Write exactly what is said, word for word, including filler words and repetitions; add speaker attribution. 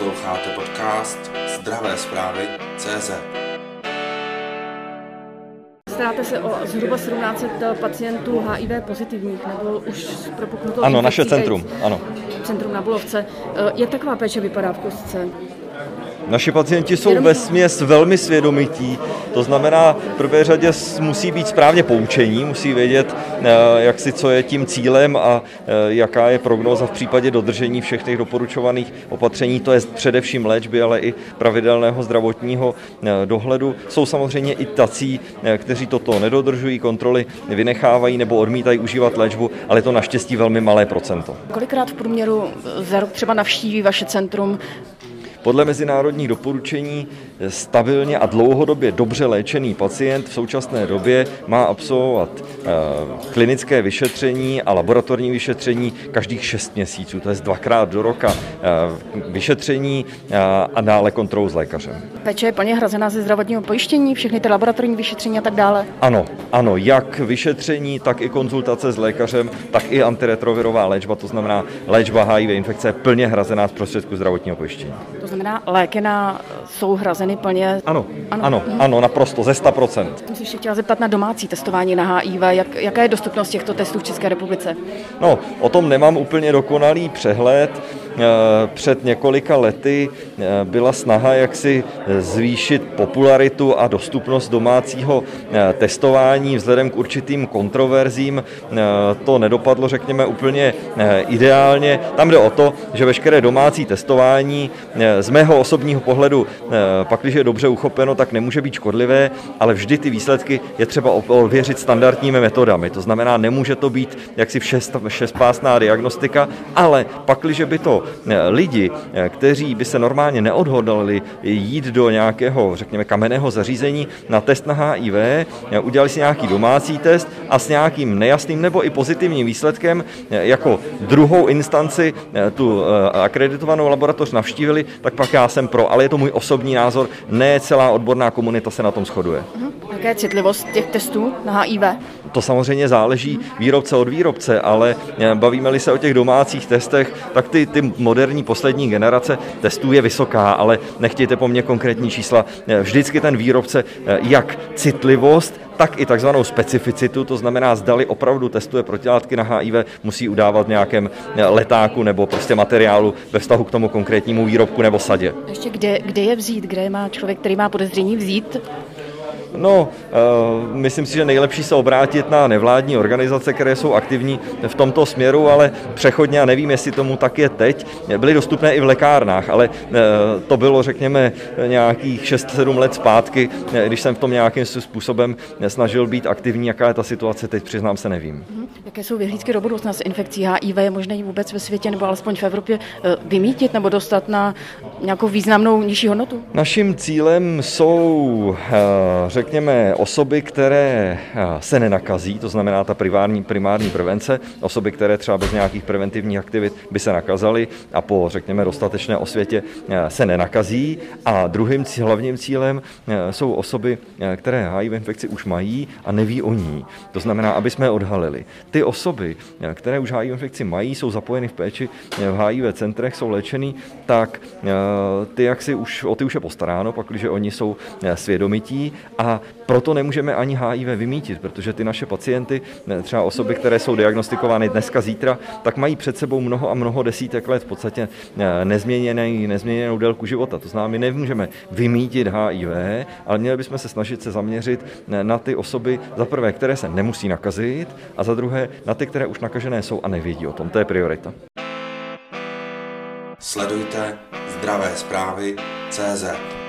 Speaker 1: Posloucháte podcast Zdravé zprávy tečka cé zet.
Speaker 2: Staráte se o zhruba sedmnáct set pacientů H I V pozitivních nebo už propuknutou
Speaker 3: Ano, naše centrum, ano.
Speaker 2: Centrum na Bulovce. Jak taková péče vypadá v kostce?
Speaker 3: Naši pacienti jsou vesměs velmi svědomití, to znamená, v prvé řadě musí být správně poučení, musí vědět, jak si, co je tím cílem a jaká je prognóza v případě dodržení všech těch doporučovaných opatření, to je především léčby, ale i pravidelného zdravotního dohledu. Jsou samozřejmě i tací, kteří toto nedodržují, kontroly vynechávají nebo odmítají užívat léčbu, ale je to naštěstí velmi malé procento.
Speaker 2: Kolikrát v průměru za rok třeba navštíví vaše centrum?
Speaker 3: Podle mezinárodních doporučení stabilně a dlouhodobě dobře léčený pacient v současné době má absolvovat klinické vyšetření a laboratorní vyšetření každých šest měsíců, to je dvakrát do roka vyšetření a dále kontrolu s lékařem.
Speaker 2: Péče je plně hrazená ze zdravotního pojištění, všechny ty laboratorní vyšetření a tak dále?
Speaker 3: Ano, ano, jak vyšetření, tak i konzultace s lékařem, tak i antiretrovirová léčba, to znamená léčba H I V infekce je plně hrazená z prostředků zdravotního pojištění.
Speaker 2: To znamená, léky na jsou hrazeny plně?
Speaker 3: Ano, ano, ano, ano, naprosto, ze sto procent.
Speaker 2: Jsem se ještě chtěla zeptat na domácí testování na H I V. Jak, jaká je dostupnost těchto testů v České republice?
Speaker 3: No, o tom nemám úplně dokonalý přehled. Před několika lety byla snaha, jak si zvýšit popularitu a dostupnost domácího testování vzhledem k určitým kontroverzím. To nedopadlo, řekněme, úplně ideálně. Tam jde o to, že veškeré domácí testování z mého osobního pohledu, pakliže je dobře uchopeno, tak nemůže být škodlivé, ale vždy ty výsledky je třeba ověřit standardními metodami. To znamená, nemůže to být jaksi všespásná diagnostika, ale pakliže by to lidi, kteří by se normálně neodhodlali jít do nějakého, řekněme, kamenného zařízení na test na H I V, udělali si nějaký domácí test a s nějakým nejasným nebo i pozitivním výsledkem jako druhou instanci tu akreditovanou laboratoř navštívili, tak pak já jsem pro, ale je to můj osobní názor, ne celá odborná komunita se na tom shoduje.
Speaker 2: Jaká je citlivost těch testů na H I V?
Speaker 3: To samozřejmě záleží výrobce od výrobce, ale bavíme-li se o těch domácích testech, tak ty, ty moderní poslední generace testů je vysoká, ale nechtějte po mně konkrétní čísla. Vždycky ten výrobce jak citlivost, tak i takzvanou specificitu, to znamená, zdali opravdu testuje protilátky na H I V, musí udávat v nějakém letáku nebo prostě materiálu ve vztahu k tomu konkrétnímu výrobku nebo sadě.
Speaker 2: Ještě kde, kde je vzít, kde má člověk, který má podezření, vzít?
Speaker 3: No, uh, myslím si, že nejlepší se obrátit na nevládní organizace, které jsou aktivní v tomto směru, ale přechodně, a nevím, jestli tomu tak je teď, byly dostupné i v lékárnách, ale uh, to bylo, řekněme, nějakých šest sedm let zpátky, když jsem v tom nějakým způsobem snažil být aktivní. Jaká je ta situace teď, přiznám se, nevím.
Speaker 2: Jaké jsou vyhlídky do budoucna s infekcí H I V? Je možné ji vůbec ve světě nebo alespoň v Evropě vymítit nebo dostat na nějakou významnou nižší hodnotu?
Speaker 3: Naším cílem jsou, řekněme, osoby, které se nenakazí, to znamená ta primární, primární prevence, osoby, které třeba bez nějakých preventivních aktivit by se nakazaly a po, řekněme, dostatečné osvětě se nenakazí. A druhým hlavním cílem jsou osoby, které H I V infekci už mají a neví o ní. To znamená, aby jsme je odhalili. Ty osoby, které už H I V infekci mají, jsou zapojeny v péči v H I V centrech, jsou léčený, tak ty jaksi už, o ty už je postaráno, pakliže oni jsou svědomití, a proto nemůžeme ani H I V vymítit, protože ty naše pacienty, třeba osoby, které jsou diagnostikovány dneska, zítra, tak mají před sebou mnoho a mnoho desítek let v podstatě nezměněný, nezměněnou délku života. To znamená, my nemůžeme vymítit H I V, ale měli bychom se snažit se zaměřit na ty osoby, za prvé, které se nemusí nakazit, a za druhé na ty, které už nakažené jsou a nevědí o tom. To je priorita.
Speaker 1: Sledujte Zdravé zprávy tečka cé zet.